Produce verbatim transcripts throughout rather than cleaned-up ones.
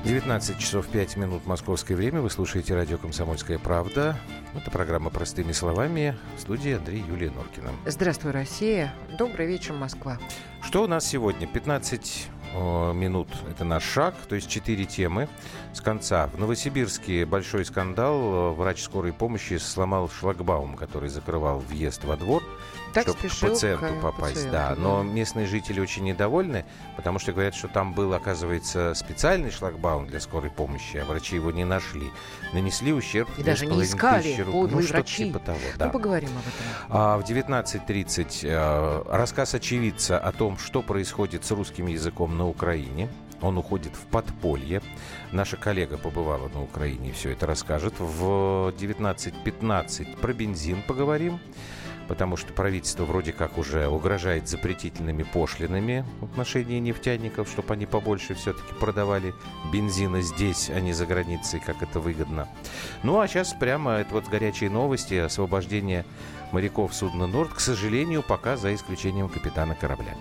девятнадцать часов пять минут московское время. Вы слушаете радио «Комсомольская правда». Это программа «Простыми словами». В студии Андрей, Юлия Норкина. Здравствуй, Россия. Добрый вечер, Москва. Что у нас сегодня? пятнадцать о, минут – это наш шаг, то есть четыре темы с конца. В Новосибирске большой скандал. Врач скорой помощи сломал шлагбаум, который закрывал въезд во двор, Так чтобы к пациенту к попасть. Пациенту, да. да. Но местные жители очень недовольны, потому что говорят, что там был, оказывается, специальный шлагбаум для скорой помощи, а врачи его не нашли. Нанесли ущерб и даже не искали подлые ну, врачи. Типа того, да. Мы поговорим об этом. А в девятнадцать тридцать э, рассказ очевидца о том, что происходит с русским языком на Украине. Он уходит в подполье. Наша коллега побывала на Украине и все это расскажет. В девятнадцать пятнадцать про бензин поговорим, потому что правительство вроде как уже угрожает запретительными пошлинами в отношении нефтяников, чтобы они побольше все-таки продавали бензина здесь, а не за границей, как это выгодно. Ну, а сейчас прямо это вот горячие новости. Освобождение моряков судна «Норд», к сожалению, пока за исключением капитана корабля.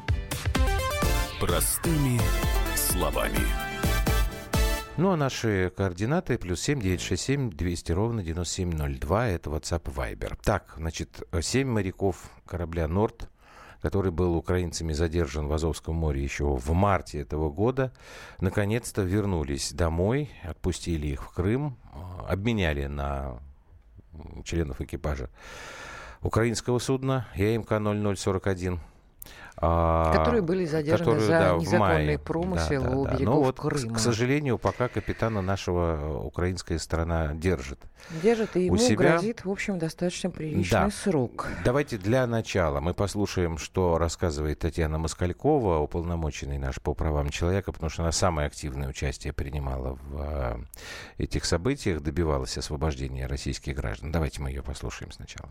Простыми словами. Ну, а наши координаты плюс семь девятьсот шестьдесят семь двести ровно девяносто семь ноль два. Это WhatsApp и Viber. Так, значит, семь моряков корабля «Норд», который был украинцами задержан в Азовском море еще в марте этого года, наконец-то вернулись домой, отпустили их в Крым, обменяли на членов экипажа украинского судна ЯМК ноль ноль сорок один. Которые были задержаны которые, за да, незаконный промысел да, да, у да. берегов Но вот, Крыма. К, к сожалению, пока капитана нашего украинская сторона держит. Держит, и ему себя. грозит, в общем, достаточно приличный да. срок. Давайте для начала мы послушаем, что рассказывает Татьяна Москалькова, уполномоченный наш по правам человека, потому что она самое активное участие принимала в э, этих событиях, добивалась освобождения российских граждан. Давайте мы ее послушаем сначала.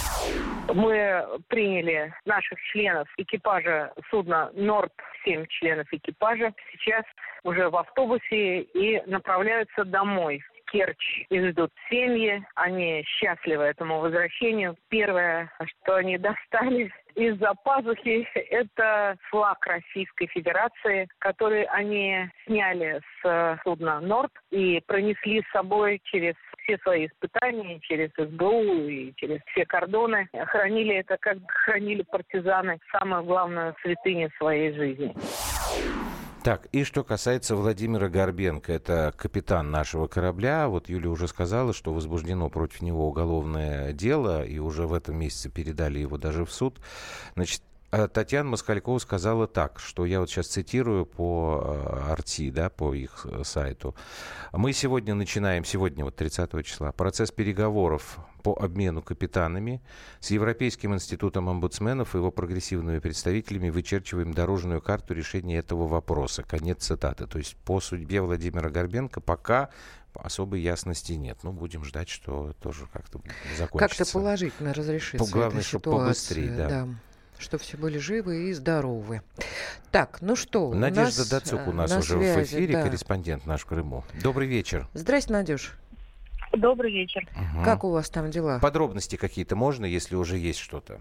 Мы приняли наших членов экипажа судна «Норд», семь членов экипажа, сейчас уже в автобусе и направляются домой. В Керчь их ждут семьи, они счастливы этому возвращению. Первое, что они достали из-за пазухи, это флаг Российской Федерации, который они сняли с судна «Норд» и пронесли с собой через все свои испытания, через СБУ и через все кордоны. Хранили это, как хранили партизаны, самую главную святыню своей жизни. Так, и что касается Владимира Горбенко, это капитан нашего корабля. Вот Юля уже сказала, что возбуждено против него уголовное дело, и уже в этом месяце передали его даже в суд. Значит, Татьяна Москалькова сказала так, что я вот сейчас цитирую по Арти, да, по их сайту. Мы сегодня начинаем, сегодня вот тридцатого числа, процесс переговоров по обмену капитанами с Европейским институтом омбудсменов и его прогрессивными представителями, вычерчиваем дорожную карту решения этого вопроса. Конец цитаты. То есть по судьбе Владимира Горбенко пока особой ясности нет. Ну, будем ждать, что тоже как-то закончится. Как-то положительно разрешится Главное, эта чтобы ситуация. побыстрее, да. да. Что все были живы и здоровы. Так, ну что, Надежда у нас, Дацук у нас на уже связи, в эфире, да. корреспондент наш в Крыму. Добрый вечер. Здрасте, Надюш. Добрый вечер. Угу. Как у вас там дела? Подробности какие-то можно, если уже есть что-то?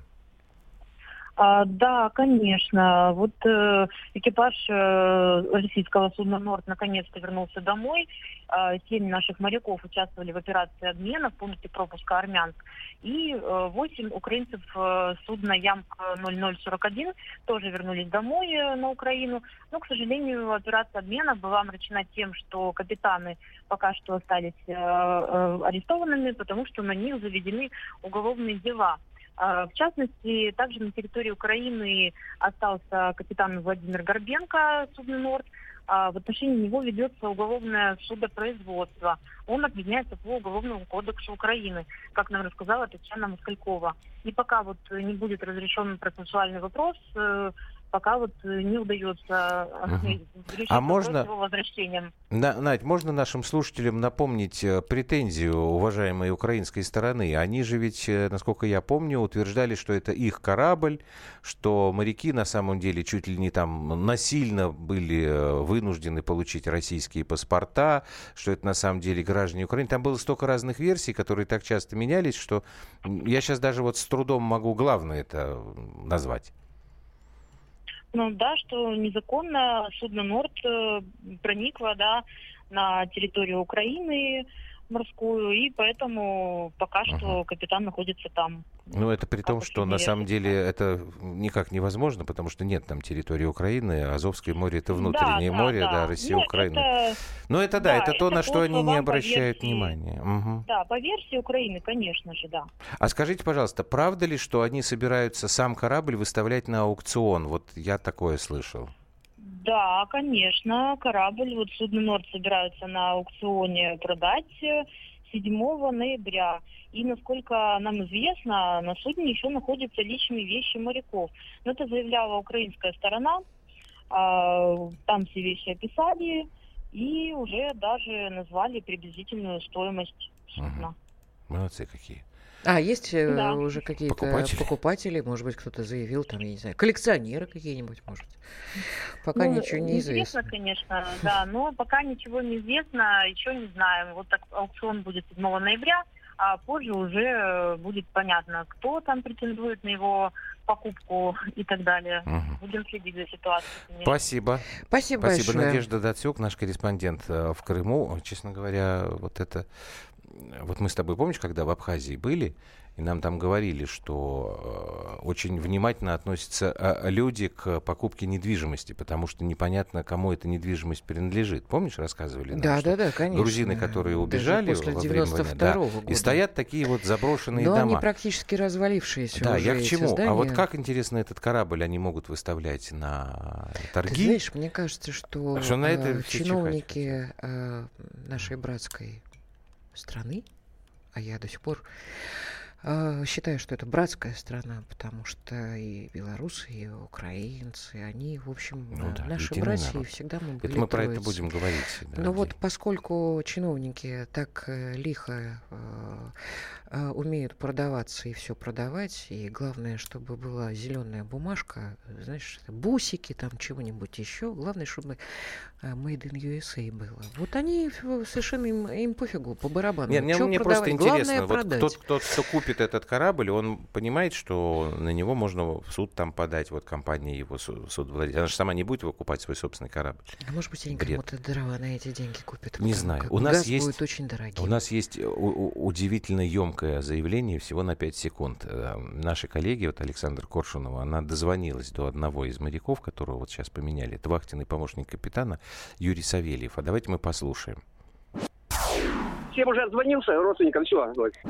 А, да, конечно. Вот э, экипаж э, российского судна «Норд» наконец-то вернулся домой. Э, семь наших моряков участвовали в операции обмена в пункте пропуска Армянск. И э, восемь украинцев э, судна «Ямк ноль ноль сорок один» тоже вернулись домой э, на Украину. Но, к сожалению, операция обмена была омрачена тем, что капитаны пока что остались э, э, арестованными, потому что на них заведены уголовные дела. В частности, также на территории Украины остался капитан Владимир Горбенко, судна «Норд». В отношении него ведется уголовное судопроизводство. Он обвиняется по Уголовному кодексу Украины, как нам рассказала Татьяна Москалькова. И пока вот не будет разрешен процессуальный вопрос, пока вот не удается угу. решить а вопрос можно... его возвращением. На, Надь, можно нашим слушателям напомнить претензию уважаемой украинской стороны? Они же ведь, насколько я помню, утверждали, что это их корабль, что моряки на самом деле чуть ли не там насильно были вынуждены получить российские паспорта, что это на самом деле граждане Украины. Там было столько разных версий, которые так часто менялись, что я сейчас даже вот с трудом могу главное это назвать. Ну да, что незаконно судно «Норд» проникло, да, на территорию Украины морскую, и поэтому пока uh-huh. что капитан находится там. Ну, это при том, что на самом деле это никак невозможно, потому что нет там территории Украины, Азовское море — это внутреннее да, море, да, да, Россия, ну, Украина. Это... Но это, да, да это то, это на что они не обращают версии... внимания. Угу. Да, по версии Украины, конечно же, да. А скажите, пожалуйста, правда ли, что они собираются сам корабль выставлять на аукцион? Вот я такое слышал. Да, конечно, корабль, вот судно «Норд» собираются на аукционе продать седьмого ноября. И, насколько нам известно, на судне еще находятся личные вещи моряков. Но это заявляла украинская сторона, там все вещи описали и уже даже назвали приблизительную стоимость судна. Угу. Молодцы какие. А, есть да. уже какие-то покупатели? покупатели, может быть, кто-то заявил, там, я не знаю, коллекционеры какие-нибудь, может быть. Пока ну, ничего не известно. Известно, конечно, да, но пока ничего не известно, еще не знаем. Вот так аукцион будет седьмого ноября, а позже уже будет понятно, кто там претендует на его покупку и так далее. Угу. Будем следить за ситуацией, конечно. Спасибо. Спасибо, Спасибо, большое. Надежда Дацюк, наш корреспондент в Крыму. Честно говоря, вот это... Вот мы с тобой, помнишь, когда в Абхазии были, и нам там говорили, что э, очень внимательно относятся э, люди к покупке недвижимости, потому что непонятно, кому эта недвижимость принадлежит. Помнишь, рассказывали нам? Да, да, да, конечно. Грузины, которые убежали во время войны, да, года. И стоят такие вот заброшенные Но дома. они практически развалившиеся. Да, уже я к чему? здания. А вот как, интересно, этот корабль они могут выставлять на торги? Ты знаешь, мне кажется, что, что на это э, чиновники э, нашей братской страны, а я до сих пор э, считаю, что это братская страна, потому что и белорусы, и украинцы, они, в общем, ну, да, наши братья, и всегда мы были это мы про троицы. это будем говорить. Да, Но вот поскольку чиновники так э, лихо э, э, умеют продаваться и все продавать, и главное, чтобы была зеленая бумажка, знаешь, бусики, там чего-нибудь еще, главное, чтобы Made in ю эс эй было. Вот они совершенно им, им пофигу, по барабану. Нет, мне, мне просто интересно, вот продать. Кто, кто, кто купит этот корабль, он понимает, что на него можно в суд там подать, вот компания его судовладельца. Она же сама не будет выкупать свой собственный корабль. А может быть, они Бред. кому-то дрова на эти деньги купят? Не знаю. У нас нас есть, будет очень дорогим. У нас есть у, у, удивительно емкое заявление всего на пять секунд. Наши коллеги, вот Александра Коршунова, она дозвонилась до одного из моряков, которого вот сейчас поменяли. Это вахтенный помощник капитана Юрий Савельев. А давайте мы послушаем. Всем уже отзвонился, родственникам все.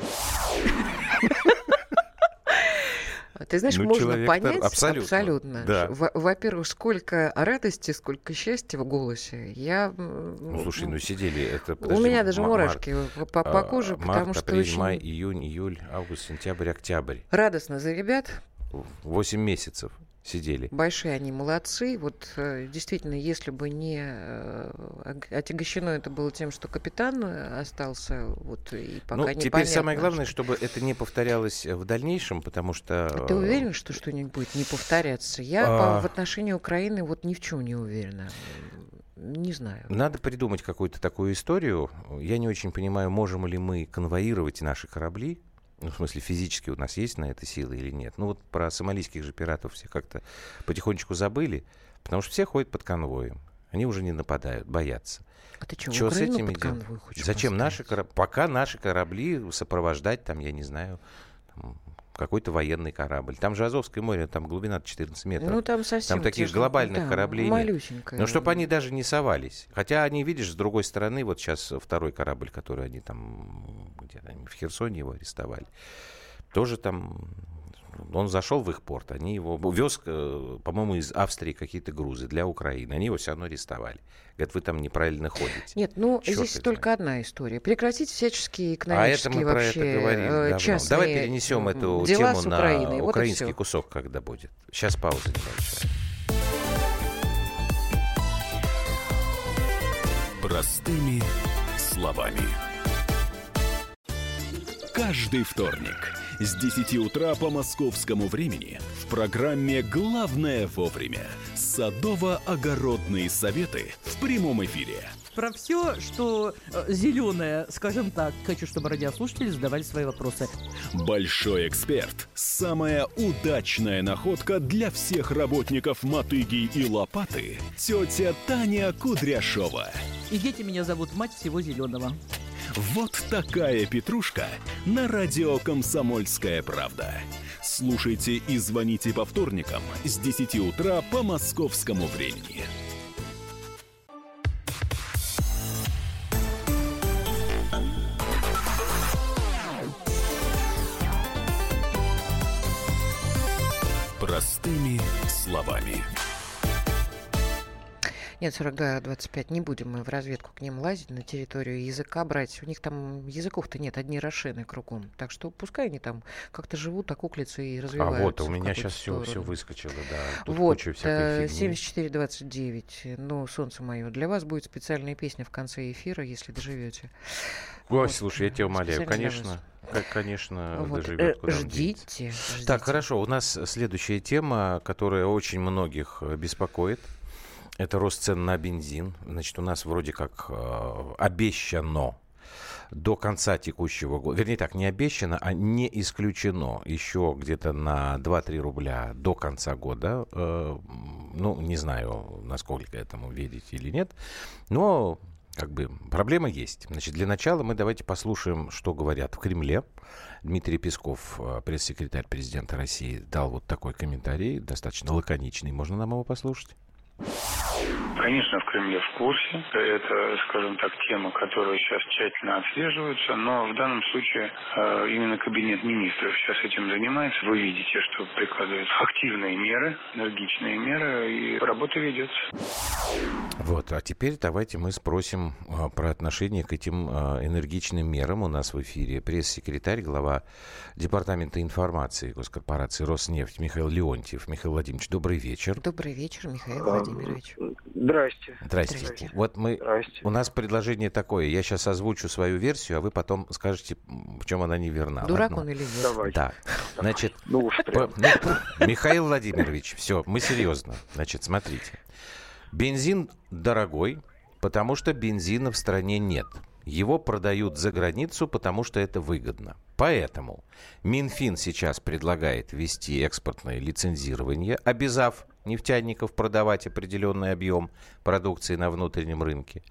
Ты знаешь, ну, можно понять абсолютно. абсолютно Да. Во-первых, сколько радости, сколько счастья в голосе. Я... Ну, слушай, ну сидели... Это, подожди, у меня даже мурашки март, по, по коже, март, потому что апрель, очень... май, июнь, июль, август, сентябрь, октябрь. Радостно за ребят. Восемь месяцев сидели. Большие они молодцы. Вот действительно, если бы не отягощено это было тем, что капитан остался, вот и пока ну, непонятно. Теперь самое главное, что... чтобы это не повторялось в дальнейшем, потому что... А ты уверен, что что-нибудь будет не повторяться? Я а... по, в отношении Украины вот ни в чем не уверена. Не знаю. Надо придумать какую-то такую историю. Я не очень понимаю, можем ли мы конвоировать наши корабли. Ну, в смысле, физически у нас есть на это силы или нет? Ну, вот про сомалийских же пиратов все как-то потихонечку забыли, потому что все ходят под конвоем. Они уже не нападают, боятся. А ты что, что с этим под конвой хочешь Зачем поставить? наши корабли? Пока наши корабли сопровождать, там, я не знаю, там, какой-то военный корабль. Там же Азовское море, там глубина четырнадцать метров. Ну, там совсем Там таких тяжело, глобальных да, кораблей нет. Но чтобы да. они даже не совались. Хотя они, видишь, с другой стороны, вот сейчас второй корабль, который они там, где-то в Херсоне его арестовали, тоже там, он зашел в их порт, они его, вез, по-моему, из Австрии какие-то грузы для Украины, они его все равно арестовали. Говорят, вы там неправильно ходите. Нет, ну, Черт здесь только знает. одна история. Прекратить всяческие экономические а это мы вообще про это говорили частные Давай перенесем эту дела тему Украиной. на Вот украинский кусок, когда будет. Сейчас пауза небольшая. Простыми словами. Каждый вторник с десяти утра по московскому времени в программе «Главное вовремя» садово-огородные советы в прямом эфире. про все, что э, зеленое, скажем так. Хочу, чтобы радиослушатели задавали свои вопросы. Большой эксперт. Самая удачная находка для всех работников «Мотыги» и «Лопаты» — тетя Таня Кудряшова. И дети меня зовут мать всего зеленого. Вот такая петрушка на радио «Комсомольская правда». Слушайте и звоните по вторникам с десяти утра по московскому времени. Простыми словами. Нет, сорок два двадцать пять, не будем мы в разведку к ним лазить, на территорию языка брать. У них там языков-то нет, одни рошены кругом. Так что пускай они там как-то живут, окуклятся и развиваются. А вот, у меня сейчас все, все выскочило, да. Тут вот, куча всякой фигни. семьдесят четыре двадцать девять. Ну, солнце мое, для вас будет специальная песня в конце эфира, если доживете. Ой, вот. слушай, я тебя умоляю, конечно. Как, конечно, вот. доживет. Э, ждите, ждите. Так, хорошо, у нас следующая тема, которая очень многих беспокоит. Это рост цен на бензин. Значит, у нас вроде как э, обещано до конца текущего года, вернее так, не обещано, а не исключено еще где-то на два-три рубля до конца года. Э, ну, не знаю, насколько этому верить или нет, но как бы проблема есть. Значит, для начала мы давайте послушаем, что говорят в Кремле. Дмитрий Песков, пресс-секретарь президента России, дал вот такой комментарий, достаточно лаконичный. Можно нам его послушать? Конечно, в Кремле в курсе. Это, скажем так, тема, которая сейчас тщательно отслеживается, но в данном случае э, именно Кабинет министров сейчас этим занимается. Вы видите, что прикладываются активные меры, энергичные меры, и работа ведется. Вот, а теперь давайте мы спросим а, про отношение к этим а, энергичным мерам. У нас в эфире пресс-секретарь, глава Департамента информации госкорпорации «Роснефть» Михаил Леонтьев. Михаил Владимирович, добрый вечер. Добрый вечер, Михаил Владимирович. Здрасте. Здрасте. Здрасте. Вот мы, Здрасте. у нас предложение такое. Я сейчас озвучу свою версию, а вы потом скажете, в чем она не верна. Дурак Ладно? он или нет? Давайте. Да. Значит, Ну уж прям. по- ну, Михаил Владимирович, все, мы серьезно. Значит, смотрите. Бензин дорогой, потому что бензина в стране нет. Его продают за границу, потому что это выгодно. Поэтому Минфин сейчас предлагает ввести экспортное лицензирование, обязав нефтяников продавать определенный объем продукции на внутреннем рынке.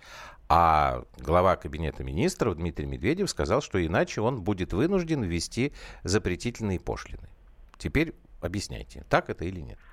А глава Кабинета министров Дмитрий Медведев сказал, что иначе он будет вынужден ввести запретительные пошлины. Теперь объясняйте, так это или нет?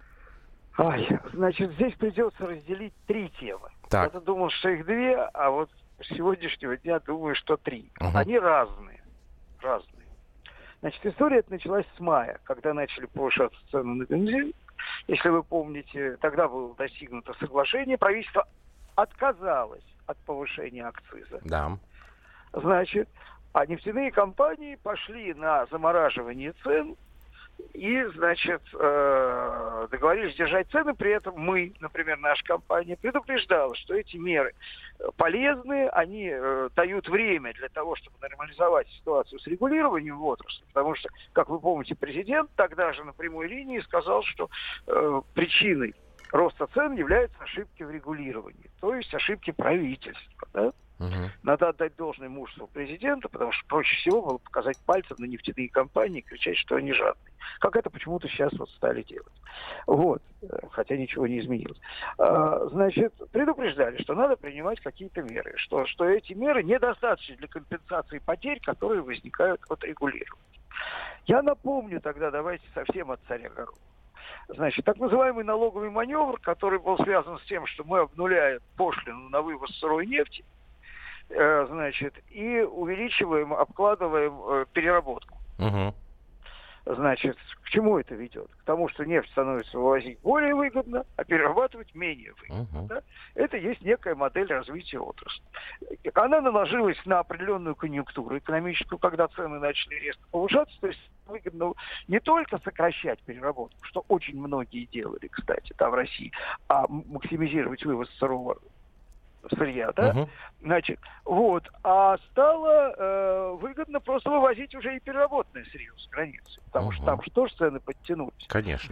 Ай, значит, здесь придется разделить три темы. Так. Я думал, что их две, а вот с сегодняшнего дня думаю, что три. Угу. Они разные. Разные. Значит, история эта началась с мая, когда начали повышаться цены на бензин. Если вы помните, тогда было достигнуто соглашение, правительство отказалось от повышения акциза. Да. Значит, а нефтяные компании пошли на замораживание цен и, значит, э, договорились держать цены. При этом мы, например, наша компания предупреждала, что эти меры полезны, они э, дают время для того, чтобы нормализовать ситуацию с регулированием в отрасли. Потому что, как вы помните, президент тогда же на прямой линии сказал, что э, причиной роста цен являются ошибки в регулировании, то есть ошибки правительства. Да? Угу. Надо отдать должное мужеству президента, потому что проще всего было показать пальцем на нефтяные компании и кричать, что они жадные. Как это почему-то сейчас вот стали делать. Вот. Хотя ничего не изменилось. А, значит, предупреждали, что надо принимать какие-то меры, что, что эти меры недостаточны для компенсации потерь, которые возникают от регулирования. Я напомню тогда, давайте совсем от царя горох. Значит, так называемый налоговый маневр, который был связан с тем, что мы обнуляем пошлину на вывоз сырой нефти, э, значит, и увеличиваем, обкладываем э, переработку. Угу. Значит, к чему это ведет? К тому, что нефть становится вывозить более выгодно, а перерабатывать менее выгодно. Uh-huh. Да? Это есть некая модель развития отрасли. Она наложилась на определенную конъюнктуру экономическую, когда цены начали резко повышаться, то есть выгодно не только сокращать переработку, что очень многие делали, кстати, там в России, а максимизировать вывоз сырого сырья, да, uh-huh. значит, вот, а стало э, выгодно просто вывозить уже и переработанное сырье с границы, потому uh-huh. что там же тоже цены подтянулись. Конечно.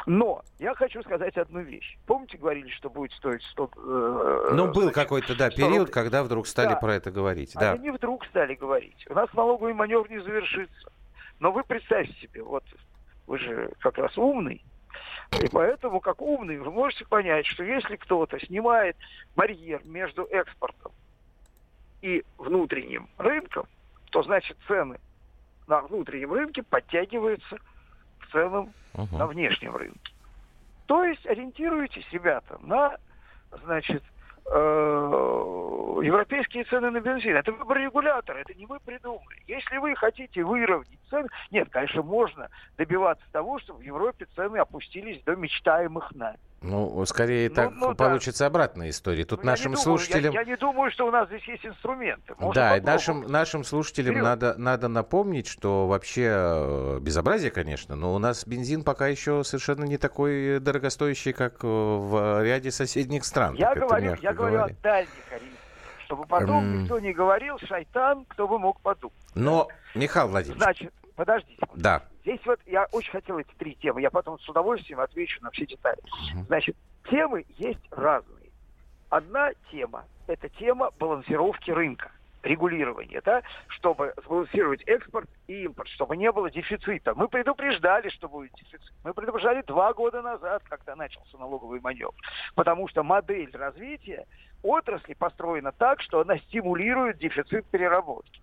Но я хочу сказать одну вещь. Помните, говорили, что будет стоить сто... Э, ну, был значит, какой-то, да, период, когда вдруг стали да. про это говорить. Да. Они не вдруг стали говорить. У нас налоговый маневр не завершится. Но вы представьте себе, вот вы же как раз умный, и поэтому, как умный, вы можете понять, что если кто-то снимает барьер между экспортом и внутренним рынком, то, значит, цены на внутреннем рынке подтягиваются к ценам uh-huh. на внешнем рынке. То есть ориентируйтесь, ребята, на, значит, европейские цены на бензин. Это выбор регулятора, это не мы придумали. Если вы хотите выровнять цены... Нет, конечно, можно добиваться того, чтобы в Европе цены опустились до мечтаемых нами. Ну, скорее ну, так ну, получится да. обратная история. Тут ну, нашим я слушателям... Думаю, я, я не думаю, что у нас здесь есть инструменты. Можно да, и нашим, нашим слушателям надо, надо напомнить, что вообще безобразие, конечно, но у нас бензин пока еще совершенно не такой дорогостоящий, как в ряде соседних стран. Я говорю, я говорю о дальних ориентирах. Чтобы потом mm. никто не говорил, шайтан, кто бы мог подумать. Но, Михаил Владимирович... Значит, подождите. Да. Здесь вот я очень хотел эти три темы. Я потом с удовольствием отвечу на все детали. Uh-huh. Значит, темы есть разные. Одна тема – это тема балансировки рынка, регулирования, да, чтобы сбалансировать экспорт и импорт, чтобы не было дефицита. Мы предупреждали, что будет дефицит. Мы предупреждали два года назад, когда начался налоговый маневр. Потому что модель развития отрасли построена так, что она стимулирует дефицит переработки.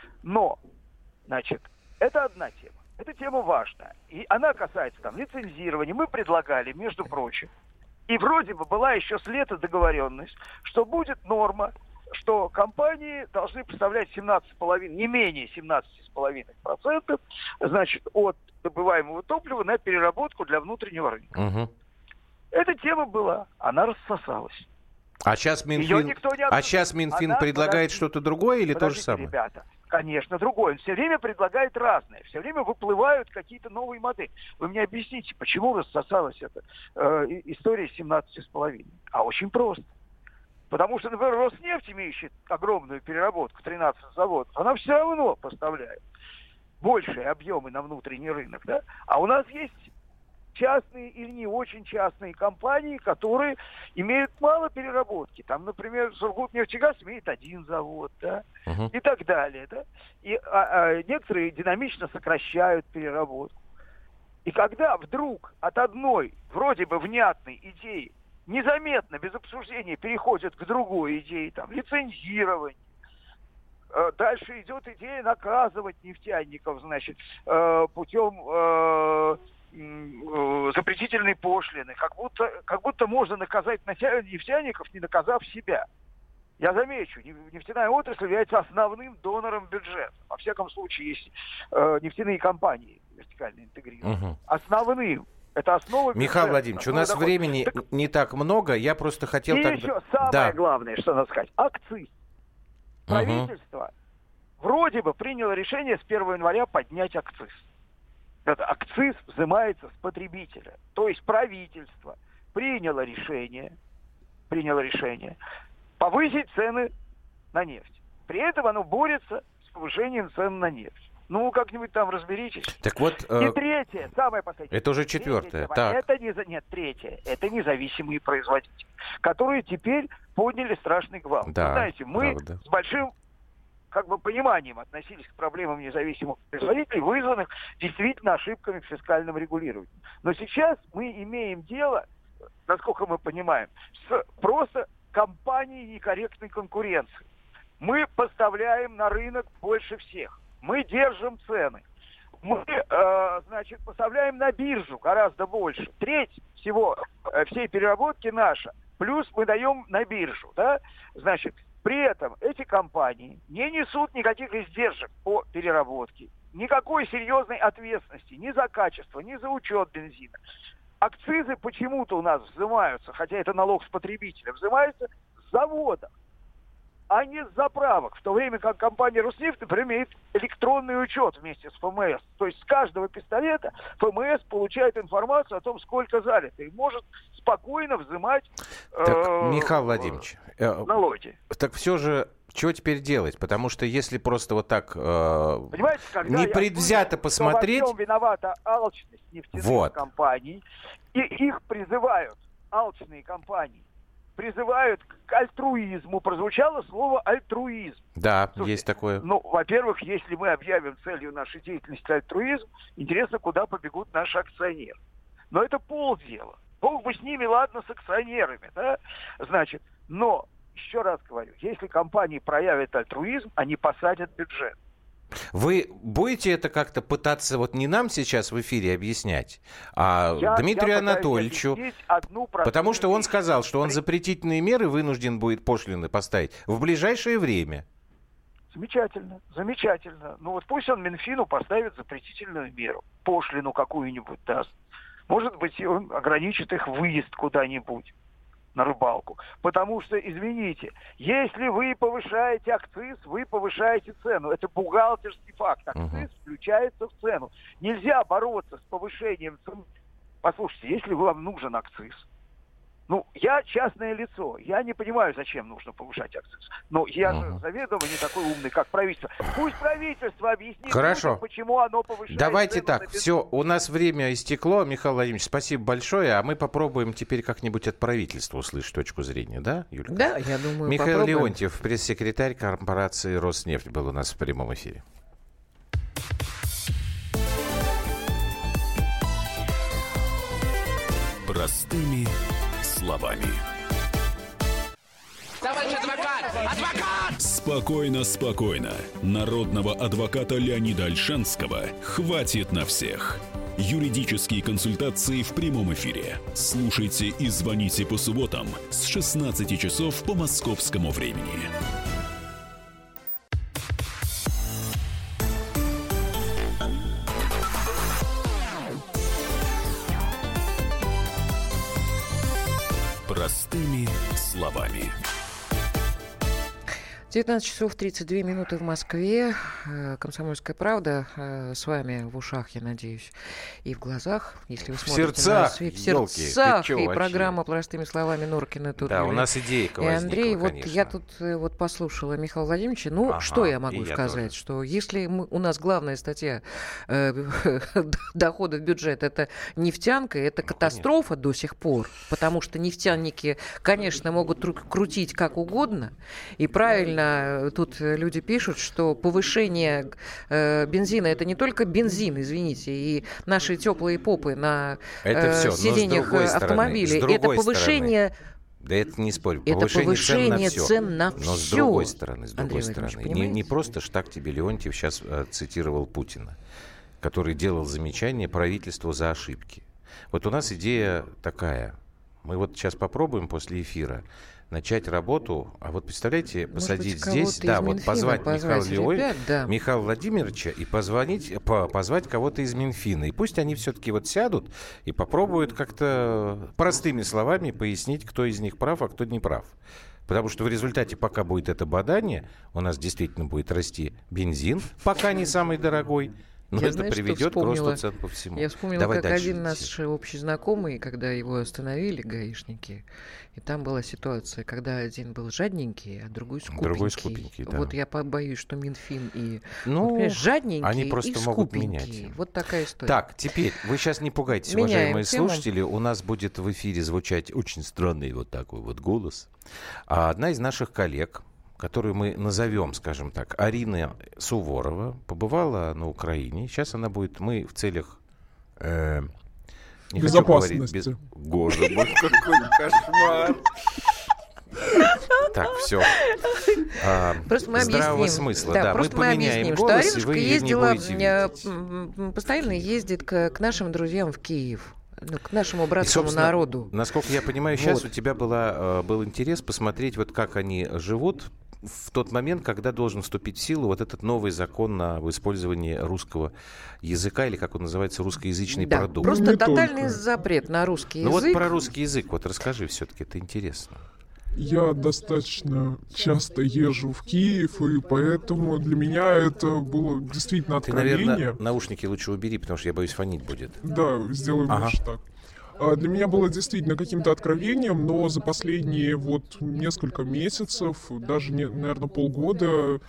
Но, значит, это одна тема. Эта тема важная. И она касается там лицензирования. Мы предлагали, между прочим, и вроде бы была еще с лета договоренность, что будет норма, что компании должны поставлять семнадцать целых пять десятых, не менее семнадцать целых пять десятых процентов, значит, от добываемого топлива на переработку для внутреннего рынка. Угу. Эта тема была, она рассосалась. А сейчас Минфин, а сейчас Минфин она, предлагает подожди, что-то другое или то же самое? Ребята, конечно, другое. Он все время предлагает разное. Все время выплывают какие-то новые модели. Вы мне объясните, почему рассосалась эта э, история с семнадцать целых пять десятых? А очень просто. Потому что, например, Роснефть, имеющий огромную переработку, тринадцать заводов, она все равно поставляет большие объемы на внутренний рынок. Да? А у нас есть частные или не очень частные компании, которые имеют мало переработки. Там, например, Сургутнефтегаз имеет один завод, да, uh-huh. и так далее. Да? И а, а, некоторые динамично сокращают переработку. И когда вдруг от одной вроде бы внятной идеи незаметно, без обсуждения, переходят к другой идее, там, лицензирование, э, дальше идет идея наказывать нефтяников, значит, э, путем... Э, запретительной пошлины, как будто, как будто можно наказать нефтяников, не наказав себя. Я замечу, нефтяная отрасль является основным донором бюджета. Во всяком случае, есть э, нефтяные компании вертикально интегрированные. Угу. Основным. Это основа бюджета. Михаил Владимирович, у нас времени так... не так много, я просто хотел... И тогда... еще самое да. главное, что надо сказать. Акциз. Правительство угу. вроде бы приняло решение с первого января поднять акциз. Этот акциз взимается с потребителя. То есть правительство приняло решение, приняло решение повысить цены на нефть. При этом оно борется с повышением цен на нефть. Ну, как-нибудь там разберитесь. Так вот, э... И третье, самое последнее. Это уже четвертое. Так. Это не... Нет, третье. Это независимые производители, которые теперь подняли страшный гвалт. Да, Вы знаете, мы правда. с большим... как бы пониманием относились к проблемам независимых производителей, вызванных действительно ошибками в фискальном регулировании. Но сейчас мы имеем дело, насколько мы понимаем, с просто компанией некорректной конкуренции. Мы поставляем на рынок больше всех. Мы держим цены. Мы, э, значит, поставляем на биржу гораздо больше. Треть всего, э, всей переработки наша. Плюс мы даем на биржу, да? Значит, при этом эти компании не несут никаких издержек по переработке, никакой серьезной ответственности ни за качество, ни за учет бензина. Акцизы почему-то у нас взимаются, хотя это налог с потребителя, взимаются с завода, а не с заправок. В то время как компания Роснефть, например, имеет электронный учет вместе с ФМС. То есть с каждого пистолета ФМС получает информацию о том, сколько залито, и может спокойно взимать так, э, Михаил Владимирович, налоги. Так все же что теперь делать? Потому что если просто вот так э, Понимаете, когда непредвзято я посмотреть... Что во всем виновата алчность нефтяных вот. компаний, и их призывают, алчные компании, призывают к альтруизму. Прозвучало слово альтруизм. Да, Слушайте, есть такое. Ну, во-первых, если мы объявим целью нашей деятельности альтруизм, интересно, куда побегут наши акционеры. Но это полдела. Бог бы с ними, ладно, с акционерами, да? Значит, но, еще раз говорю, если компании проявят альтруизм, они посадят бюджет. Вы будете это как-то пытаться вот не нам сейчас в эфире объяснять, а я, Дмитрию я Анатольевичу, потому что он сказал, что он запретительные меры вынужден будет пошлины поставить в ближайшее время. Замечательно, замечательно. Ну вот пусть он Минфину поставит запретительную меру, пошлину какую-нибудь даст. Может быть, он ограничит их выезд куда-нибудь на рыбалку. Потому что, извините, если вы повышаете акциз, вы повышаете цену. Это бухгалтерский факт. Акциз uh-huh. включается в цену. Нельзя бороться с повышением цены. Послушайте, если вам нужен акциз, ну, я частное лицо, я не понимаю, зачем нужно повышать акциз. Но я uh-huh. же заведомо не такой умный, как правительство. Пусть правительство объяснит, Хорошо. людям, почему оно повышает. Давайте цену так, на бензин. все, у нас время истекло. Михаил Владимирович, спасибо большое, а мы попробуем теперь как-нибудь от правительства услышать точку зрения, да, Юлька? Да, я думаю, Михаил попробуем. Леонтьев, пресс-секретарь корпорации «Роснефть», был у нас в прямом эфире. Простыми словами. Товарищ адвокат! Адвокат! Спокойно, спокойно. Народного адвоката Леонида Ольшанского хватит на всех. Юридические консультации в прямом эфире. Слушайте и звоните по субботам с шестнадцати часов по московскому времени. Простыми словами. девятнадцать часов тридцать две минуты в Москве. «Комсомольская правда» с вами в ушах, я надеюсь, и в глазах. Если вы В смотрите сердцах, нас, в елки, сердцах. ты чё, И вообще? программа «Простыми словами» Норкина тут. Да, у Юлия нас идейка и возникла, Андрей, вот конечно. я тут э, вот послушала Михаила Владимировича. Ну, Ага, что я и могу я сказать? тоже. Что если мы, у нас главная статья э, дохода в бюджет — это нефтянка, это катастрофа до сих пор. Потому что нефтяники, конечно, могут тру- крутить как угодно. И правильно э, тут люди пишут, что повышение э, бензина — это не только бензин, извините, и наши теплые попы на Это э, всё, но с сиденьях другой стороны, автомобилей. с другой Это повышение... Да это не спорю. Это Повышение, повышение цен цен на на все. Но с всё. другой стороны, с другой Андрей Владимирович, стороны. Не, не понимаете? просто ж так тебе Леонтьев сейчас э, цитировал Путина, который делал замечание правительству за ошибки. Вот у нас идея такая. Мы вот сейчас попробуем после эфира начать работу, а вот представляете, Может посадить быть, здесь, кого-то да, из вот Минфина позвать, позвать, Михаила, ребят, да. Михаила Владимировича и позвонить, по, позвать кого-то из Минфина. И пусть они все-таки вот сядут и попробуют как-то простыми словами пояснить, кто из них прав, а кто не прав. Потому что в результате, пока будет это бадание, у нас действительно будет расти бензин, пока не самый дорогой. Но Я, это знаешь, приведет к вспомнила? росту цен по всему. Я вспомнила, Давай как дальше, один Алексей. наш общий знакомый, когда его остановили гаишники, и там была ситуация, когда один был жадненький, а другой скупенький. Другой скупенький, да. Вот я боюсь, что Минфин и Ну, вот, понимаешь, жадненький они просто и могут скупенький. менять. Вот такая история. Так, теперь, вы сейчас не пугайтесь, Меняем уважаемые тему. слушатели. У нас будет в эфире звучать очень странный вот такой вот голос. А одна из наших коллег, которую мы назовем, скажем так, Арина Суворова, побывала на Украине. Сейчас она будет, мы в целях... Э, не хочу говорить без... Боже мой, какой кошмар! Так, все. А, Просто мы здравого объясним, смысла, да, да. просто Мы мы поменяем объясним, голос, что и вы Аринушка ее не ездила, будете э, видеть. м, м, постоянно ездит к, к нашим друзьям в Киев, ну, к нашему И, братскому собственно, народу. насколько я понимаю, сейчас Вот. у тебя была, э, был интерес посмотреть, вот как они живут в тот момент, когда должен вступить в силу вот этот новый закон на использование русского языка, или как он называется, русскоязычный Да, продукт. просто Не тотальный только. запрет на русский Ну язык. вот про русский язык, вот расскажи все-таки, это интересно. Я достаточно часто езжу в Киев, и поэтому для меня это было действительно Ты, откровение. наверное, наушники лучше убери, потому что я боюсь, фонить будет. Да, сделаем Ага. лучше так. Для меня было действительно каким-то откровением, но за последние вот несколько месяцев, даже, не, наверное, полгода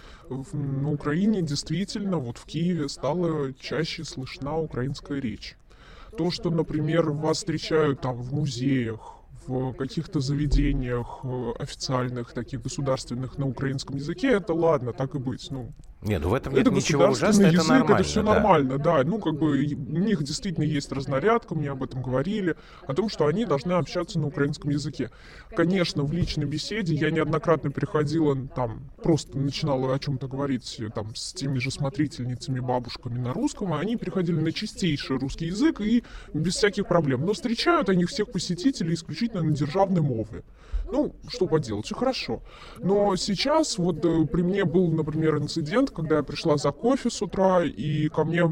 на Украине действительно, вот в Киеве стала чаще слышна украинская речь. То, что, например, вас встречают там в музеях, в каких-то заведениях официальных, таких государственных на украинском языке, это ладно, так и быть, ну... Нет, ну в этом нет ничего ужасного, это нормально. Это все да. нормально, да. Ну, как бы, у них действительно есть разнарядка, мне об этом говорили, о том, что они должны общаться на украинском языке. Конечно, в личной беседе я неоднократно переходила, там, просто начинала о чем-то говорить, там, с теми же смотрительницами, бабушками на русском, а они переходили на чистейший русский язык и без всяких проблем. Но встречают они всех посетителей исключительно на державной мове. Ну, что поделать, все хорошо. Но сейчас, вот при мне был, например, инцидент, когда я пришла за кофе с утра, и ко мне,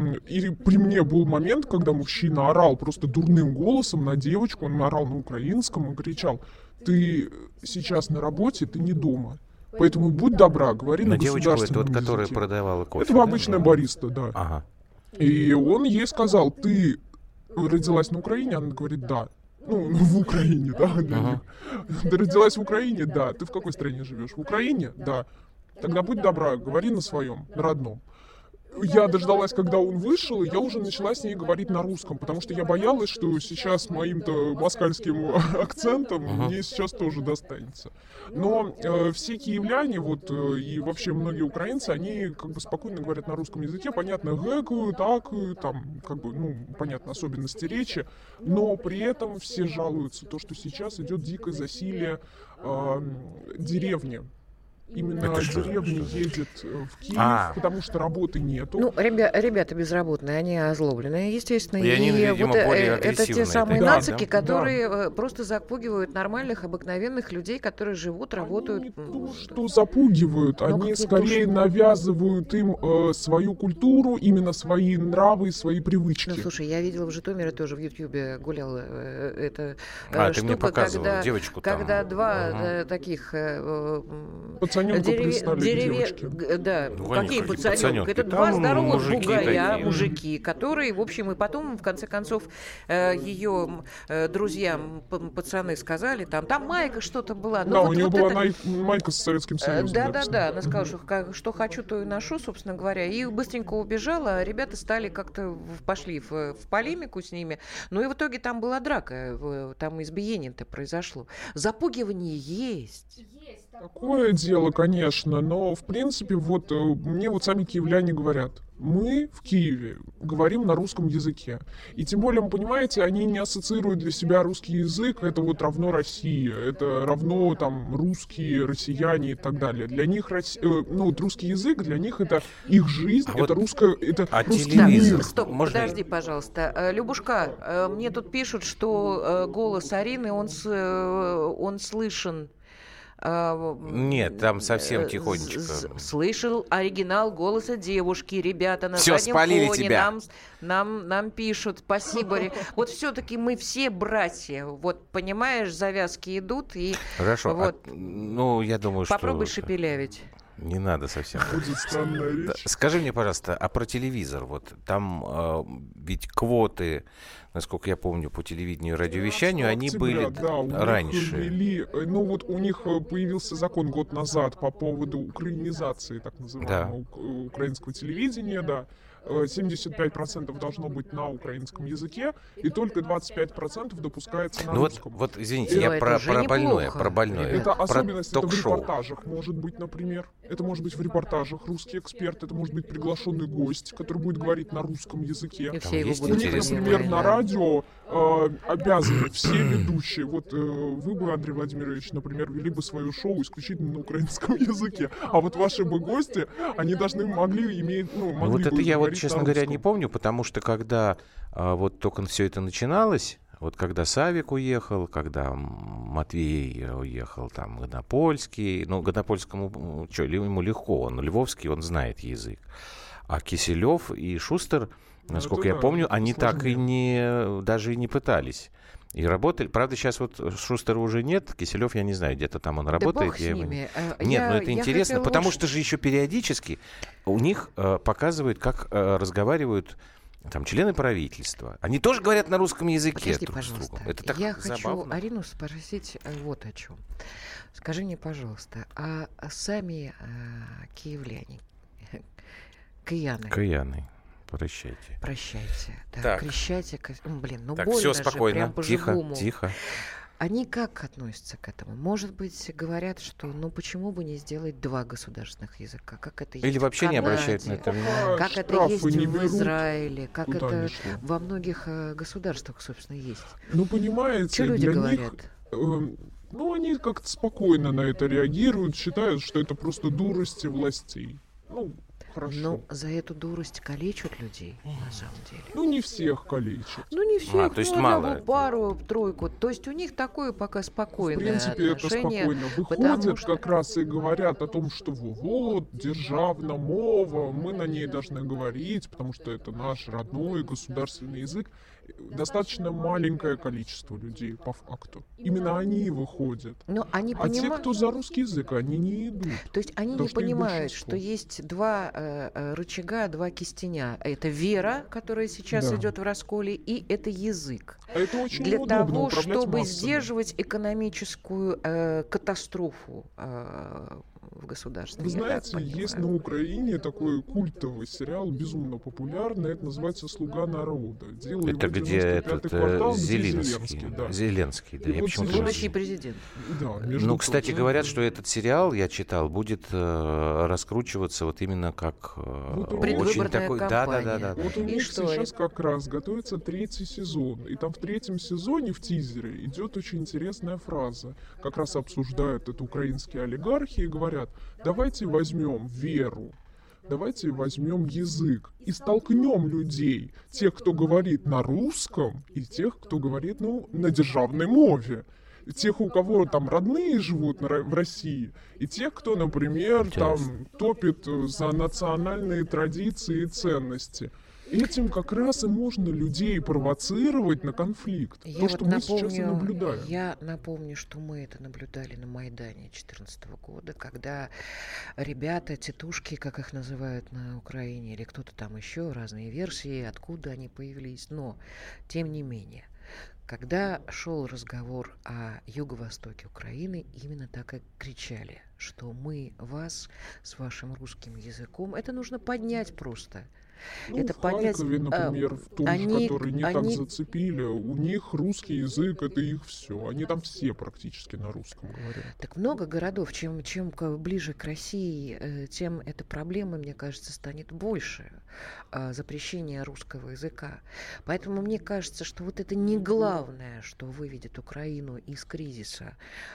и при мне был момент, когда мужчина орал просто дурным голосом на девочку, он орал на украинском и кричал: ты сейчас на работе, ты не дома. Поэтому будь добра, говори на, на государственном языке. На девочку, это вот, которая продавала кофе? Это да? обычная бариста, да. Ага. И он ей сказал: ты родилась на Украине? Она говорит: да. Ну, в Украине, да, для uh-huh. них. Ты родилась в Украине? Да. Ты в какой стране живешь? В Украине? Да. Тогда будь добра, говори на своем, на родном. Я дождалась, когда он вышел, и я уже начала с ней говорить на русском, потому что я боялась, что сейчас моим-то москальским акцентом uh-huh. мне сейчас тоже достанется. Но э, все киевляне, вот, э, и вообще многие украинцы, они как бы спокойно говорят на русском языке, понятно, гэкают, акают, там, как бы, ну, понятно, особенности речи, но при этом все жалуются, то, что сейчас идет дикое засилие э, деревни. Именно деревня едет в Киев, а. потому что работы нету. Ну, ребя- ребята безработные, они озлобленные, естественно. И, и они, видимо, вот более это те самые да, нацики, да, которые да. просто запугивают нормальных, обыкновенных людей, которые живут, работают. Они не то, что запугивают, Но они скорее то, что... навязывают им э, свою культуру, именно свои нравы, свои привычки. Ну, слушай, я видела в Житомире тоже в Ютьюбе гуляла э, эта а, э, ты штука, мне показывала когда, девочку когда там. два Ага. э, таких э, пацаненка дерев... пристали дереве... к девочке. Да, ну, какие пацаненки? Это два здоровых бугая, мужики, которые, в общем, и потом, в конце концов, э, ее э, друзьям, пацаны сказали, там, там майка что-то была. Да, вот, у нее вот была это... майка с Советским Союзом. Да-да-да, она сказала, что, как, что хочу, то и ношу, собственно говоря, и быстренько убежала, а ребята стали как-то, пошли в, в полемику с ними, ну и в итоге там была драка, там избиение-то произошло. Запугивание есть. Такое дело, конечно, но, в принципе, вот мне вот сами киевляне говорят, мы в Киеве говорим на русском языке. И тем более, вы понимаете, они не ассоциируют для себя русский язык, это вот равно Россия, это равно там русские, россияне и так далее. Для них, ну, вот русский язык, для них это их жизнь, а это вот русское, это а русский мир. Так, стоп, Можно... подожди, пожалуйста. Любушка, мне тут пишут, что голос Арины, он, он слышен. Нет, там совсем тихонечко. Слышал оригинал голоса девушки, ребята на все, заднем спалили фоне тебя. Нам, нам, нам пишут, спасибо. Вот все-таки мы все братья, вот понимаешь, завязки идут и. Хорошо. Вот. А, ну, я думаю, что. Попробуй шепелявить. Не надо совсем. Будет странная речь. Скажи мне, пожалуйста, а про телевизор? Вот там э, ведь квоты, насколько я помню, по телевидению и радиовещанию, они были да, раньше. Ввели, ну вот у них появился закон год назад по поводу украинизации, так называемого, да. украинского телевидения, да. семьдесят пять процентов должно быть на украинском языке, и только двадцать пять процентов допускается на ну русском. Вот, вот извините, Но я про, про больное, про больное. Это про особенность, это в ток-шоу. репортажах может быть, например. Это может быть в репортажах русский эксперт, это может быть приглашенный гость, который будет говорить на русском языке. И все У них, например, на радио э, обязаны все ведущие. Вот э, вы бы, Андрей Владимирович, например, вели бы свое шоу исключительно на украинском языке, а вот ваши бы гости, они должны могли иметь, ну, могли ну, вот бы это я вот, честно говоря, русском. не помню, потому что когда а, вот только все это начиналось, вот когда Савик уехал, когда Матвей уехал, там, Годопольский, ну, Годопольскому, что, ему легко, он Львовский, он знает язык. А Киселев и Шустер, насколько это я да, помню, они сложнее. Так и не, даже и не пытались. И работали. Правда, сейчас вот Шустера уже нет. Киселев, я не знаю, где-то там он да работает. Бог я с его... ними. Нет, я, но это интересно, потому лучше... что же еще периодически у них э, показывают, как э, разговаривают там члены правительства, они тоже говорят на русском языке. Подожди, друг пожалуйста. с другом. Это так Я забавно. хочу Арину спросить вот о чем. Скажи мне, пожалуйста, а сами а, киевляне, кияны, Каяны, прощайте. прощайте, да, Так. крещайте, ко- М, блин, ну Так, больно все же, спокойно, прям тихо, по-живому. тихо. Они как относятся к этому? Может быть, говорят, что ну почему бы не сделать два государственных языка? Как это есть Или в вообще не обращают на Канаде, это внимания. как это Штрафы есть не в берут, Израиле, как куда это ни шло. во многих э, государствах, собственно, есть. Ну, понимаете, Что люди для говорят? них, э, ну, они как-то спокойно на это реагируют, считают, что это просто дурости властей. Ну, хорошо. Но за эту дурость калечат людей, на самом деле. Ну, не всех калечат. Ну, не всех, А, то есть ну, мало одного, это. пару, тройку. То есть у них такое пока В спокойное принципе, это отношение. спокойно. потому Выходят что- как раз и говорят о том, что вот, державна мова, мы на ней должны говорить, потому что это наш родной государственный язык. Достаточно маленькое количество людей, по факту. Именно они выходят. Но они А те, понимают, кто за русский язык, они не идут. то есть они Потому не что их понимают, большинство. что есть два э, э, рычага, два кистеня. Это вера, которая сейчас Да. идет в расколе, и это язык. А это очень Для неудобно того, управлять чтобы массами. сдерживать экономическую э, катастрофу э, в государстве. Вы я так знаете, понимаю. есть на Украине такой культовый сериал, безумно популярный, это называется «Слуга народа». Делал Это его где девяносто этот пятый квартал, э, где Зеленский. да. Зеленский, да. И Я вот почему-то Зеленский- Будущий президент. Да, между Ну, кстати, прочим. говорят, что этот сериал, я читал, будет э, раскручиваться вот именно как э, Вот очень предвыборная такой... Да, да, да, да. кампания. Вот у И них что, сейчас как раз готовится третий сезон. И там в третьем сезоне в тизере идет очень интересная фраза. Как раз обсуждают это украинские олигархи и говорят, давайте возьмем веру, давайте возьмем язык и столкнем людей, тех, кто говорит на русском, и тех, кто говорит ну, на державной мове. Тех, у кого там родные живут на Ро- в России, и тех, кто, например, там топит э, за национальные традиции и ценности. Этим как раз и можно людей провоцировать на конфликт. Я То, вот что мы сейчас и напомню, наблюдаем. я напомню, что мы это наблюдали на Майдане две тысячи четырнадцатого года, когда ребята, тетушки, как их называют на Украине, или кто-то там еще, разные версии, откуда они появились. Но, тем не менее, когда шел разговор о юго-востоке Украины, именно так и кричали, что мы вас с вашим русским языком, это нужно поднять просто. Ну, это в поднять, Харькове, а, например, в том они- же, который не они- так зацепили, у них русский язык — это их все. Они там все практически на русском говорят. Так много городов, чем, чем к- ближе к России, э, тем эта проблема, мне кажется, станет больше. а, Запрещение русского языка. Поэтому мне кажется, что вот это не главное, что выведет Украину из кризиса.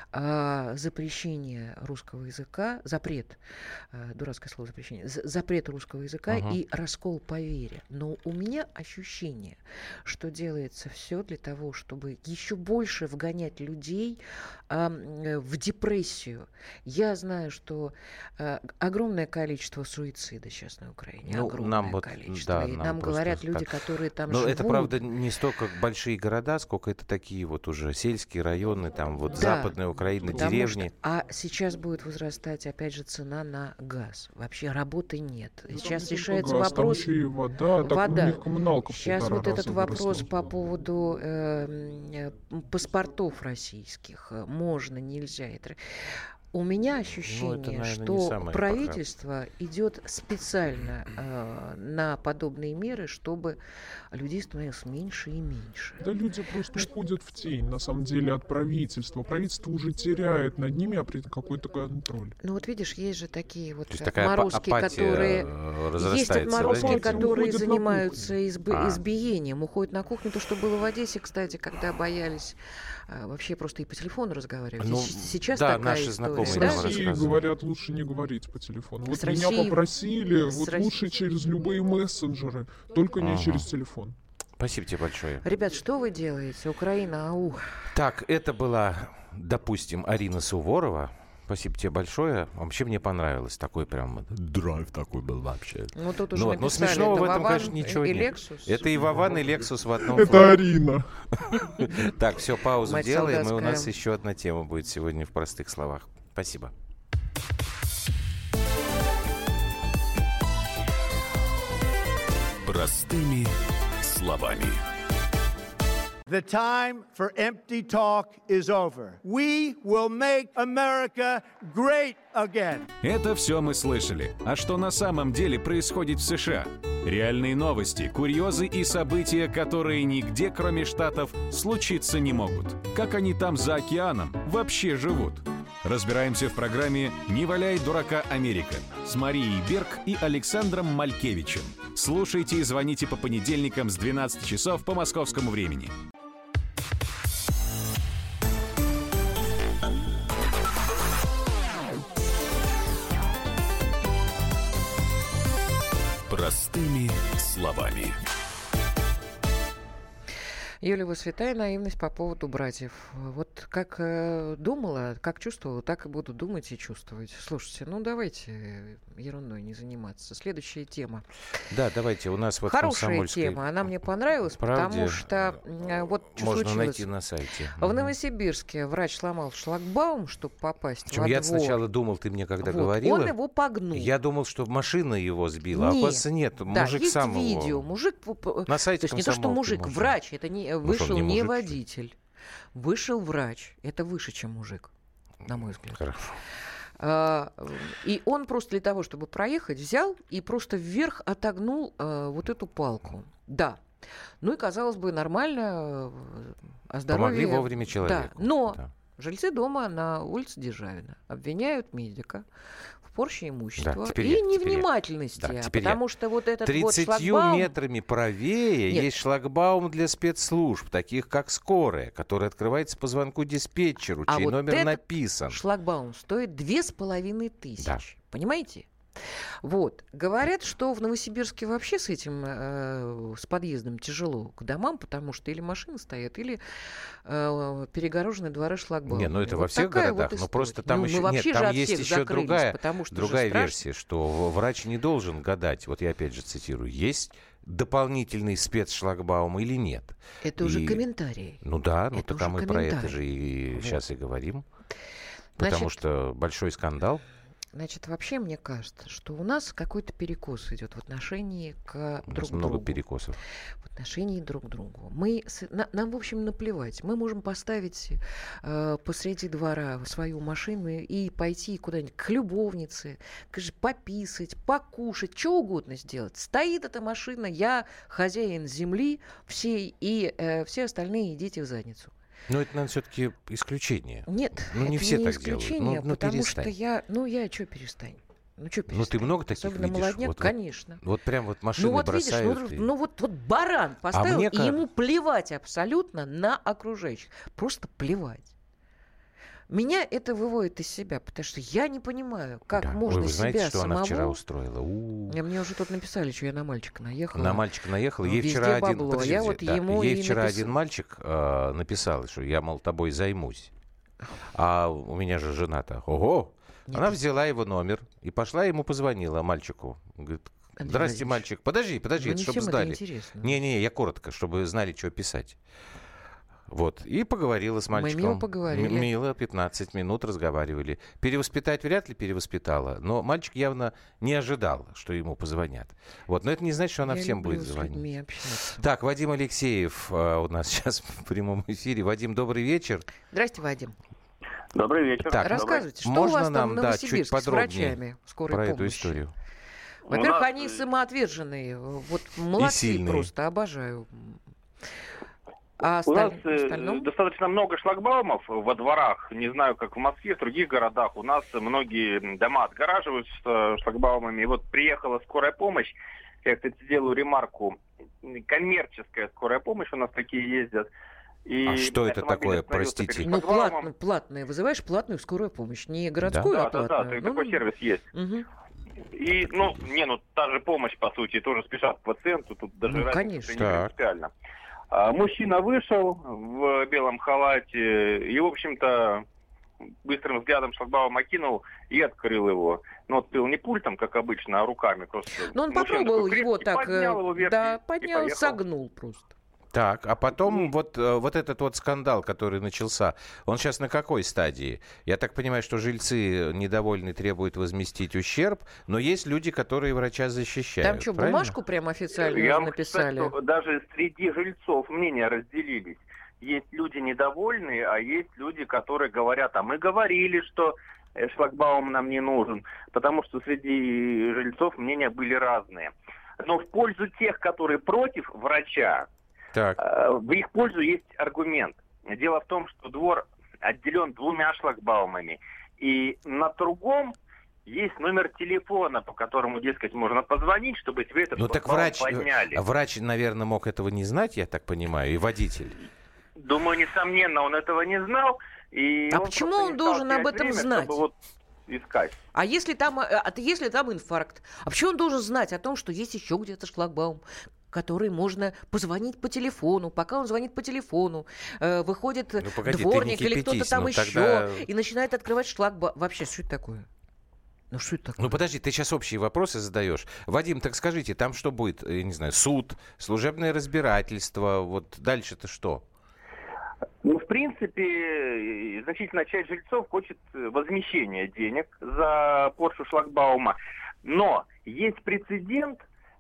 А запрещение русского языка, запрет, э, дурацкое слово запрещение, з- запрет русского языка Ага. и раскол по вере. Но у меня ощущение, что делается все для того, чтобы еще больше вгонять людей а, м, в депрессию. Я знаю, что а, огромное количество суицида сейчас на Украине. Ну, огромное нам вот, количество. да, И нам нам просто говорят так. люди, которые там Но живут. это, правда, не столько большие города, сколько это такие вот уже сельские районы, там вот Да, западная Украина, потому деревни. что- а сейчас будет возрастать, опять же, цена на газ. Вообще работы нет. Ну, Сейчас там не решается только газ, там вопрос... еще и вода, так Вода. у них коммуналка в Сейчас полтора вот этот раза вопрос выросла. по поводу э, м, э, паспортов российских. э, Можно, нельзя. Это... У меня ощущение, наверное, не что самое правительство идет специально э, на подобные меры, чтобы людей становилось меньше и меньше. Да люди просто уходят в тень, на самом деле, от правительства. Правительство уже теряет над ними опре- какой-то контроль. Ну вот видишь, есть же такие вот То есть э, такая апа- отморозки, апатия которые... э, Есть разрастается, да, отморозки, некоторые? которые Уходят на занимаются кухню. изб- А. избиением, уходят на кухню. То, что было в Одессе, кстати, когда боялись а, вообще просто и по телефону разговаривать. Ну, И с- сейчас да, такая наши история, знакомые С да? нам Россией, рассказывали. говорят, лучше не говорить по телефону. Вот С меня Россией- попросили, с вот Росси- лучше через любые мессенджеры, только не Ага. через телефон. Спасибо тебе большое. Ребят, что вы делаете? Украина, ау. Так, это была, допустим, Арина Суворова. Спасибо тебе большое. Вообще мне понравилось. Такой прям драйв такой был вообще. Ну тут уже Ну, вот, но написали, смешного это в этом, Вован конечно, ничего и нет. Lexus. Это и Вован, и Лексус в одном Это фото. Арина. Так, все, паузу Мать делаем, и у солдатская. нас еще одна тема будет сегодня в простых словах. Спасибо. Простыми словами. The time for empty talk is over. We will make America great again. Это все мы слышали. А что на самом деле происходит в США? Реальные новости, курьезы и события, которые нигде, кроме Штатов, случиться не могут. Как они там за океаном вообще живут? Разбираемся в программе «Не валяй дурака, Америка» с Марией Берг и Александром Малькевичем. Слушайте и звоните по понедельникам с двенадцати часов по московскому времени. Простыми словами. Юлия Высвятая, наивность по поводу братьев. Вот как э, думала, как чувствовала, так и буду думать и чувствовать. Слушайте, ну давайте ерундой не заниматься. Следующая тема. Да, давайте. У нас вот хорошая тема. Она мне понравилась, правде потому что э, вот что можно случилось. найти на сайте. В Новосибирске врач сломал шлагбаум, чтобы попасть Причем во я двор. сначала думал, ты мне когда вот. говорила... Он его погнул. Я думал, что машина его сбила, нет. а оказывается нет. Да, мужик есть сам видео. его... Мужик... На сайте То есть не то, что мужик, можно. врач. Это не... вышел ну, не, не водитель. Вышел врач. Это выше, чем мужик, на мой взгляд. Хорошо. А, и он просто для того, чтобы проехать, взял и просто вверх отогнул а, вот эту палку. Да. Ну и, казалось бы, нормально о здоровье. Помогли вовремя человеку. Да. Но да. жильцы дома на улице Державина обвиняют медика в порче имущества да, и я, невнимательности. Да, потому я. что вот этот тридцатью вот шлагбаум... метрами правее Нет. есть шлагбаум для спецслужб, таких как скорая, который открывается по звонку диспетчеру, а чей вот номер этот написан. Шлагбаум стоит две с половиной тысячи. Да. Понимаете? Вот. Говорят, что в Новосибирске вообще с этим, э, с подъездом тяжело к домам, потому что или машины стоят, или э, перегорожены дворы шлагбаумами. Не, ну это вот во всех городах, вот но просто там ну, еще, нет, там есть еще другая, другая версия, что врач не должен гадать, вот я опять же цитирую, есть дополнительный спецшлагбаум или нет. Это и, уже комментарий. Ну да, ну это так а мы про это же и вот. сейчас и говорим, потому Значит, что большой скандал. Значит, вообще мне кажется, что у нас какой-то перекос идет в отношении к у друг нас другу. много перекосов. В отношении друг к другу. Мы, на, нам, в общем, наплевать. Мы можем поставить э, посреди двора свою машину и пойти куда-нибудь к любовнице, пописать, покушать, что угодно сделать. Стоит эта машина, я хозяин земли всей, и э, все остальные идите в задницу. Но это, наверное, все-таки исключение. Нет, ну, не это все не так исключение, делают. Ну, ну, потому перестань. что я... Ну, я что перестань? Ну, что перестань? Ну, ты много таких Особенно видишь? молодняк, вот, конечно. Вот, вот прям вот машины ну, вот бросают. Видишь, и... ну, ну, вот, вот баран поставил, а мне и как... ему плевать абсолютно на окружающих. Просто плевать. Меня это выводит из себя, потому что я не понимаю, как да. можно Ой, вы знаете, себя что самого... она вчера устроила? У-у-у. Мне уже тут написали, что я на мальчика наехала. На мальчика наехала. Ей Везде вчера один, бабло. Я вот да. ему Ей и вчера напис... один мальчик э, написал, что я, мол, тобой займусь. А у меня же жена-то. Ого! Нет. Она взяла его номер и пошла ему позвонила мальчику. Говорит, здрасте, мальчик. Подожди, подожди, ну, это, чтобы знали. Не-не, я коротко, чтобы знали, что писать. Вот. И поговорила с мальчиком. Мы мило поговорили. М- мило, пятнадцать минут разговаривали. Перевоспитать вряд ли перевоспитала, но мальчик явно не ожидал, что ему позвонят. Вот. Но это не значит, что она я всем люблю будет с звонить. людьми общаться. Так, Вадим Алексеев а, у нас сейчас в прямом эфире. Вадим, добрый вечер. Здрасте, Вадим. Добрый вечер. Так, рассказывайте, что можно у вас нам, там в да, чуть Новосибирске с врачами скорой про помощи? эту историю? Во-первых, нас... они самоотверженные. Вот молодцы просто, обожаю. А у осталь... нас остальном? достаточно много шлагбаумов во дворах. Не знаю, как в Москве, в других городах. У нас многие дома отгораживаются шлагбаумами. И вот приехала скорая помощь. Я, кстати, делаю ремарку. Коммерческая скорая помощь. У нас такие ездят. И а что это такое, простите? Ну, платно, платная. Вызываешь платную скорую помощь. Не городскую, да? а платную. Да, да, да. Ну, такой сервис есть. Угу. И, ну, не, ну, та же помощь, по сути, тоже спешат к пациенту. Тут даже ну, разница не конечно. принципиально. А, мужчина вышел в белом халате и, в общем-то, быстрым взглядом шлагбаум окинул и открыл его. Ну, открыл не пультом, как обычно, а руками просто. Ну, он попробовал его так, поднял его вверх да, и, поднял, и согнул просто. Так, а потом вот, вот этот вот скандал, который начался, он сейчас на какой стадии? Я так понимаю, что жильцы недовольны, требуют возместить ущерб, но есть люди, которые врача защищают. Там что, правильно? бумажку прям официально Я вам написали? скажу, что даже среди жильцов мнения разделились. Есть люди недовольные, а есть люди, которые говорят, а мы говорили, что шлагбаум нам не нужен, потому что среди жильцов мнения были разные. Но в пользу тех, которые против врача, так. в их пользу есть аргумент. Дело в том, что двор отделен двумя шлагбаумами, и на другом есть номер телефона, по которому, дескать, можно позвонить, чтобы тебе этот ну, так шлагбаум врач, подняли. Врач, наверное, мог этого не знать, я так понимаю, и водитель. Думаю, несомненно, он этого не знал. И а он почему он должен об этом время, знать? Чтобы вот искать. А если там, а если там инфаркт? А почему он должен знать о том, что есть еще где-то шлагбаум, который можно позвонить по телефону? Пока он звонит по телефону, э, выходит ну, погоди, дворник или кто-то там ну, еще тогда... и начинает открывать шлагбаум. Вообще, что это такое? Ну, что это такое? Ну, подожди, ты сейчас общие вопросы задаешь. Вадим, так скажите, там что будет? Я не знаю, суд, служебное разбирательство, вот дальше-то что? Ну, в принципе, значительная часть жильцов хочет возмещения денег за порчу шлагбаума. Но есть прецедент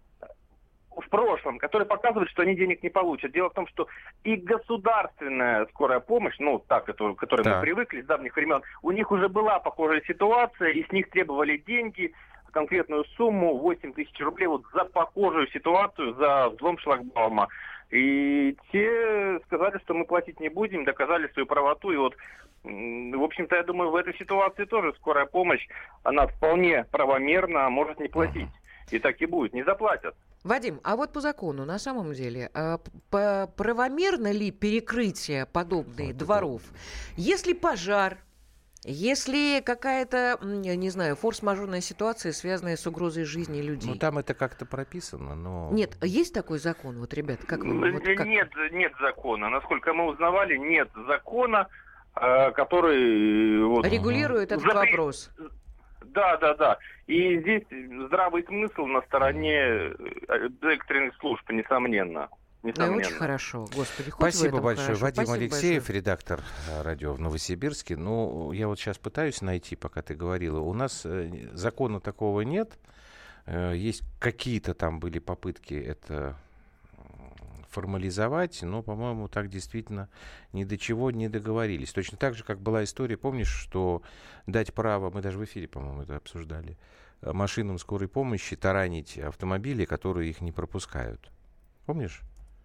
в прошлом, который показывает, что они денег не получат. Дело в том, что и государственная скорая помощь, ну, та, к которой, к которой да. мы привыкли с давних времен, у них уже была похожая ситуация, и с них требовали деньги, конкретную сумму, восемь тысяч рублей, вот за похожую ситуацию, за взлом шлагбаума. И те сказали, что мы платить не будем, доказали свою правоту. И вот, в общем-то, я думаю, в этой ситуации тоже скорая помощь, она вполне правомерна, может не платить. И так и будет, не заплатят. Вадим, а вот по закону, на самом деле, правомерно ли перекрытие подобных вот дворов? Это... Если пожар, если какая-то, не знаю, форс-мажорная ситуация, связанная с угрозой жизни людей. Ну, там это как-то прописано, но... Нет, есть такой закон, вот, ребят, как вы... Вот как... Нет, нет закона. Насколько мы узнавали, нет закона, который... Вот, регулирует этот запре... вопрос. Да, да, да. И здесь здравый смысл на стороне экстренных служб, несомненно. Ну, очень хорошо, господи. Спасибо большое. Хорошо. Вадим Спасибо Алексеев, большое. Редактор радио в Новосибирске. Ну, я вот сейчас пытаюсь найти, пока ты говорила. У нас закона такого нет. Есть какие-то там были попытки это формализовать, но, по-моему, так действительно ни до чего не договорились. Точно так же, как была история, помнишь, что дать право, мы даже в эфире, по-моему, это обсуждали, машинам скорой помощи таранить автомобили, которые их не пропускают. Помнишь?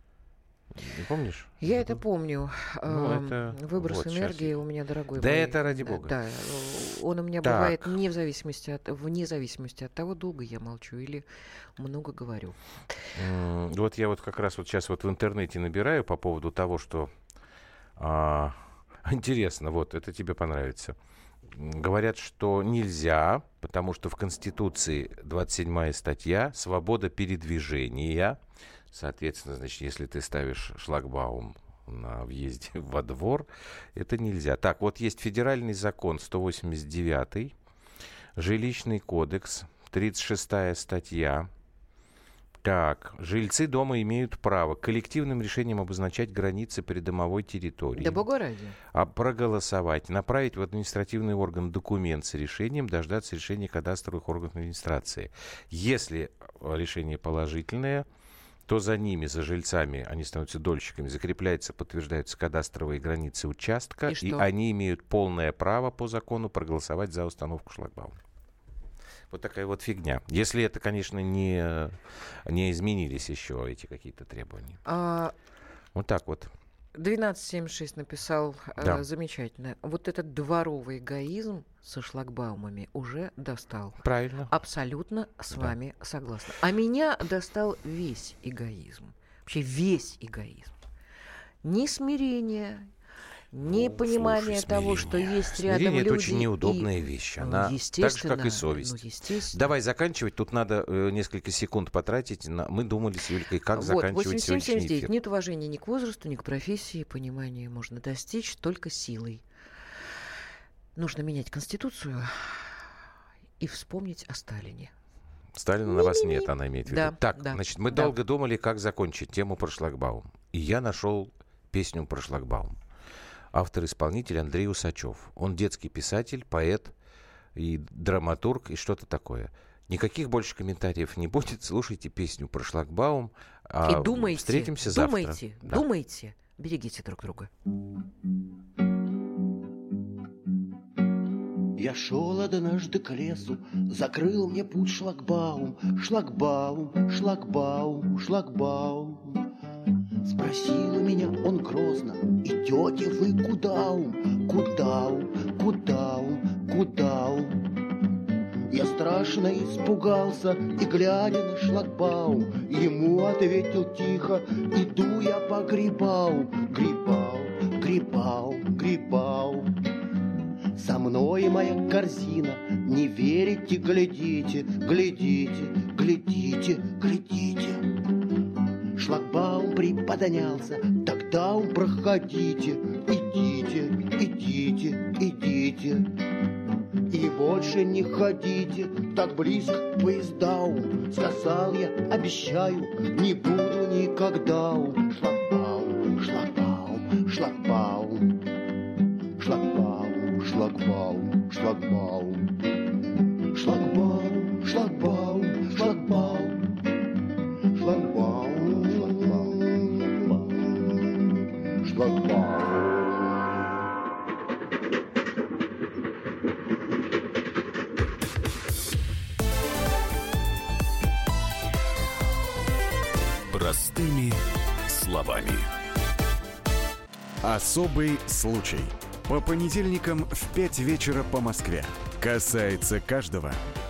Не помнишь? Я это помню. Ну, это... Выброс вот, энергии сейчас. У меня дорогой. Да мой. это ради бога. Да, он у меня так. бывает не в зависимости от, вне зависимости от того, долго я молчу или много говорю. Mm, вот я вот как раз вот сейчас вот в интернете набираю по поводу того, что а, интересно, вот это тебе понравится. Говорят, что нельзя, потому что в Конституции двадцать седьмая статья «Свобода передвижения». Соответственно, значит, если ты ставишь шлагбаум на въезде во двор, это нельзя. Так, вот есть федеральный закон сто восемьдесят девятый, жилищный кодекс, тридцать шестая статья. Так, жильцы дома имеют право коллективным решением обозначать границы придомовой территории. Да бога ради. А проголосовать, направить в административный орган документ с решением, дождаться решения кадастровых органов администрации. Если решение положительное, то за ними, за жильцами, они становятся дольщиками, закрепляются, подтверждаются кадастровые границы участка, и, и они имеют полное право по закону проголосовать за установку шлагбаума. Вот такая вот фигня. Если это, конечно, не, не изменились еще эти какие-то требования. А... Вот так вот. двенадцать семьдесят шесть написал, да. э, замечательно. Вот этот дворовый эгоизм со шлагбаумами уже достал. Правильно. Абсолютно с да. вами согласна. А меня достал весь эгоизм. Вообще весь эгоизм. Ни смирение, ни ну, понимание слушай, того, что есть смирение рядом люди. Это очень неудобная и... вещь. Она ну, так же, как и совесть. Ну, естественно. Давай заканчивать. Тут надо э, несколько секунд потратить. На... Мы думали с Юлькой, как вот, заканчивать сегодняшний эфир. Нет уважения ни к возрасту, ни к профессии. Понимания можно достичь только силой. Нужно менять Конституцию и вспомнить о Сталине. Сталина на вас нет, она имеет в виду. Да, так, да, значит, мы да. долго думали, как закончить тему про шлагбаум. И я нашел песню про шлагбаум. Автор-исполнитель Андрей Усачев. Он детский писатель, поэт и драматург, и что-то такое. Никаких больше комментариев не будет. Слушайте песню про шлагбаум. И думайте, встретимся завтра. Думайте, да. думайте. Берегите друг друга. Я шел однажды к лесу, закрыл мне путь шлагбаум, шлагбаум, шлагбаум, шлагбаум. Спросил меня он грозно: идете вы кудаум, кудаум, кудаум, кудаум. Я страшно испугался и, глядя на шлагбаум, ему ответил тихо: иду я по грибау, грибау, грибау, грибау. Со мной моя корзина, не верите, глядите, глядите, глядите, глядите. Шлагбаум приподнялся, тогда он проходите, идите, идите, идите. И больше не ходите так близко к поездам. Сказал я, обещаю, не буду никогда. Шлагбаум, шлагбаум, шлагбаум, шлагбаум, шлагбаум, шлагбаум, шлагбаум, шлагбаум, шлагбаум, шлагбаум, шлагбаум, шлагбаум. Простыми словами. Особый случай. По понедельникам в пять вечера по Москве. Касается каждого.